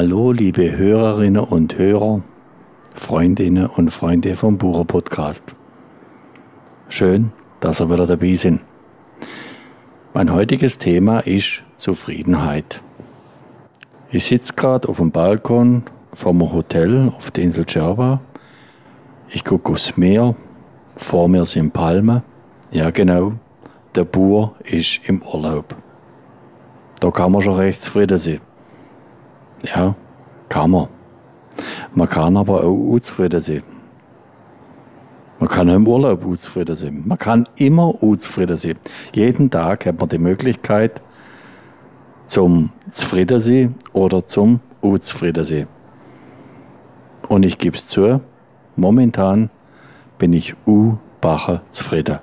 Hallo, liebe Hörerinnen und Hörer, Freundinnen und Freunde vom Bucher Podcast. Schön, dass ihr wieder dabei sind. Mein heutiges Thema ist Zufriedenheit. Ich sitze gerade auf dem Balkon vom Hotel auf der Insel Djerba. Ich gucke aufs Meer, vor mir sind Palmen. Ja genau, der Bauer ist im Urlaub. Da kann man schon recht zufrieden sein. Ja, kann man. Man kann aber auch unzufrieden sein. Man kann auch im Urlaub unzufrieden sein. Man kann immer unzufrieden sein. Jeden Tag hat man die Möglichkeit zum zufrieden sein oder zum unzufrieden sein. Und ich gebe es zu, momentan bin ich u-bache zufrieden.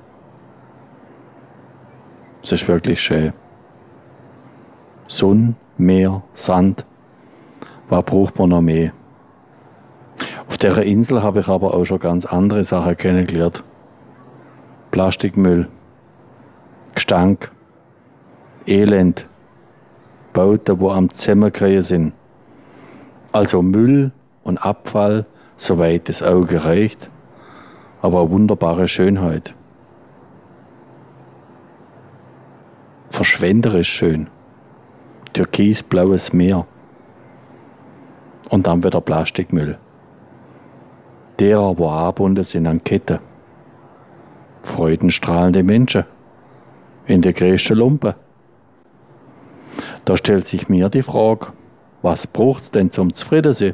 Es ist wirklich schön. Sonne, Meer, Sand. Was braucht man noch mehr? Auf dieser Insel habe ich aber auch schon ganz andere Sachen kennengelernt. Plastikmüll, Gestank, Elend, Bauten, die am Zusammenkriegen sind. Also Müll und Abfall, soweit das Auge reicht, aber eine wunderbare Schönheit. Verschwenderisch schön. Türkisblaues Meer. Und dann wieder Plastikmüll. Derer, die angebunden sind an Ketten. Freudenstrahlende Menschen. In der größten Lumpe. Da stellt sich mir die Frage, was braucht es denn zum Zufriedensein?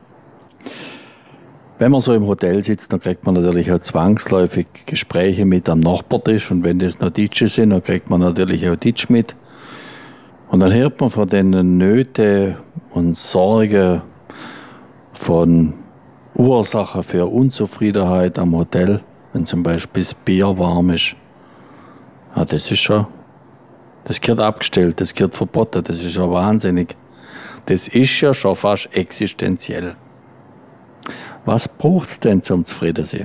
Wenn man so im Hotel sitzt, dann kriegt man natürlich auch zwangsläufig Gespräche mit am Nachbartisch. Und wenn das noch Deutsche sind, dann kriegt man natürlich auch Deutsch mit. Und dann hört man von den Nöten und Sorgen, von Ursachen für Unzufriedenheit am Hotel, wenn zum Beispiel das Bier warm ist. Ja, das gehört abgestellt, das gehört verboten, das ist ja wahnsinnig. Das ist ja schon fast existenziell. Was braucht es denn zum Zufriedensein?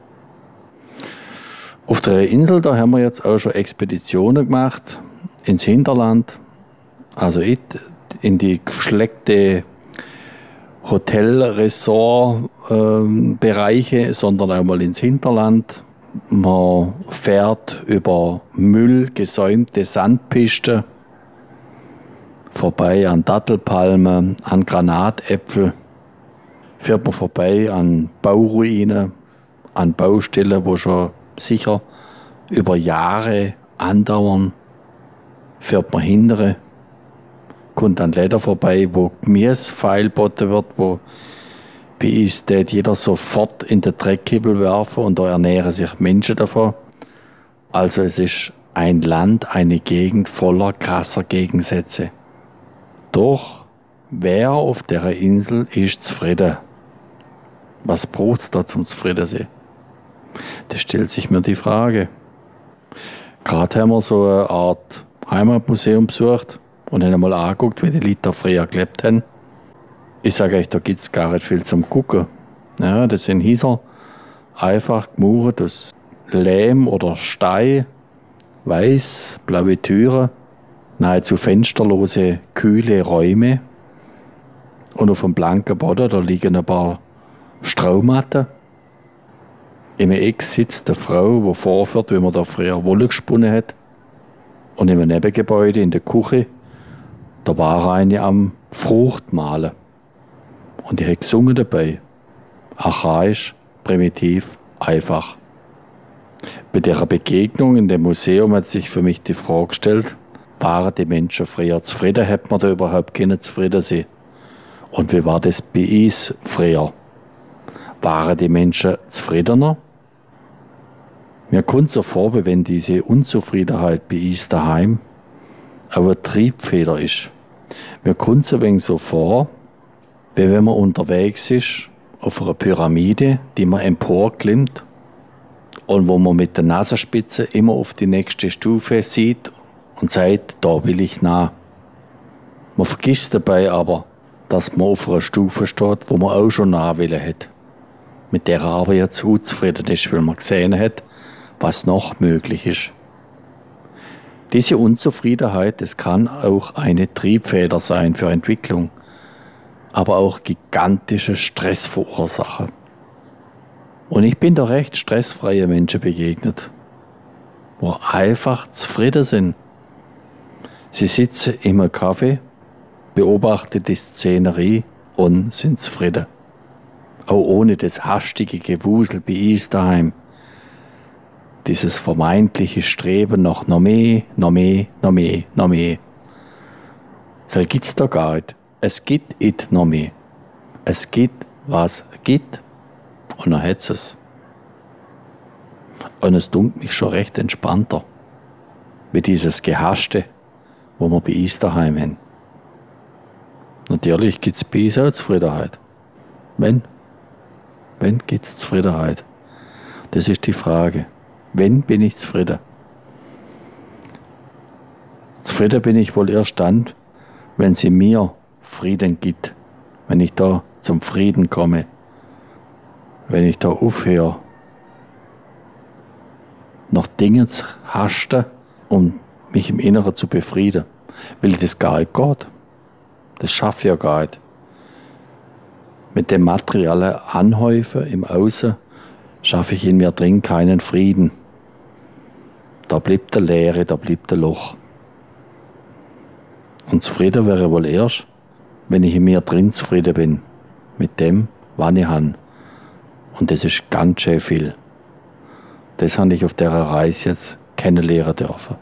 Auf der Insel, da haben wir jetzt auch schon Expeditionen gemacht, ins Hinterland, also in die geschleckte Hotel-Resort-Bereiche, sondern auch mal ins Hinterland. Man fährt über Müll gesäumte Sandpisten, vorbei an Dattelpalmen, an Granatäpfel, fährt man vorbei an Bauruinen, an Baustellen, wo schon sicher über Jahre andauern, fährt man hintere, kommt an Läden vorbei, wo Gemüse feilboten wird, wo bei uns jeder sofort in den Dreckkübel werfen und da ernähren sich Menschen davon. Also es ist ein Land, eine Gegend voller krasser Gegensätze. Doch wer auf dieser Insel ist zufrieden? Was braucht es da zum Zufriedensein? Das stellt sich mir die Frage. Gerade haben wir so eine Art Heimatmuseum besucht und haben einmal angeguckt, wie die Leute da früher gelebt haben. Ich sage euch, da gibt es gar nicht viel zum Gucken. Ja, das sind Häuser, einfach gemauert aus Lehm oder Stein, weiß, blaue Türen, nahezu fensterlose, kühle Räume. Und auf dem blanken Boden, da liegen ein paar Straumatten. Im Eck sitzt eine Frau, die vorführt, wie man da früher Wolle gesponnen hat. Und im Nebengebäude, in der Küche, da war eine am Frucht mahlen. Und die hat gesungen dabei. Archaisch, primitiv, einfach. Bei dieser Begegnung in dem Museum hat sich für mich die Frage gestellt, waren die Menschen früher zufrieden? Hat man da überhaupt keine Zufriedensein? Und wie war das bei uns früher? Waren die Menschen zufriedener? Mir kommt so vor, wie wenn diese Unzufriedenheit bei uns daheim auch eine Triebfeder ist. Mir kommt es ein wenig so vor, wie wenn man unterwegs ist auf einer Pyramide, die man emporklimmt und wo man mit der Nasenspitze immer auf die nächste Stufe sieht und sagt, da will ich nach. Man vergisst dabei aber, dass man auf einer Stufe steht, wo man auch schon nachwählen hat. Mit der er aber jetzt unzufrieden ist, weil man gesehen hat, was noch möglich ist. Diese Unzufriedenheit, das kann auch eine Triebfeder sein für Entwicklung. aber auch gigantische Stress verursachen. Und ich bin doch recht stressfreie Menschen begegnet, wo einfach zufrieden sind. Sie sitzen im Café, beobachten die Szenerie und sind zufrieden. Auch ohne das hastige Gewusel bei uns daheim. Dieses vermeintliche Streben nach noch mehr, noch mehr, noch mehr, noch mehr. Das gibt es da gar nicht. Es gibt nicht noch mehr. Es gibt, was es gibt. Und dann hat es. Und es dunkelt mich schon recht entspannter. Wie dieses Gehaschte, wo wir bei uns daheim haben. Natürlich gibt es bei uns auch Zufriedenheit. Wenn gibt es Zufriedenheit? Das ist die Frage. Wenn bin ich zufrieden? Zufrieden bin ich wohl erst dann, wenn sie mir Frieden gibt. Wenn ich da zum Frieden komme. Wenn ich da aufhöre, nach Dingen zu hasten, um mich im Inneren zu befrieden. Weil das gar nicht geht. Das schaffe ich ja gar nicht. Mit dem materiellen Anhäufen im Außen schaffe ich in mir drin keinen Frieden. Da bleibt der Leere, da bleibt der Loch. Und zufrieden wäre wohl erst, wenn ich in mir drin zufrieden bin. Mit dem, was ich habe. Und das ist ganz schön viel. Das habe ich auf dieser Reise jetzt kennenlernen dürfen.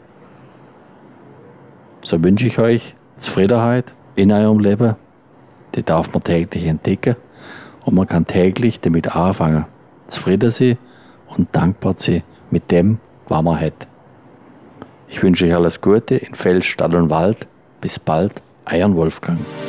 So wünsche ich euch Zufriedenheit in eurem Leben. Die darf man täglich entdecken. Und man kann täglich damit anfangen, zufrieden sein und dankbar sein mit dem, was man hat. Ich wünsche euch alles Gute in Fels, Stadt und Wald. Bis bald, euer Wolfgang.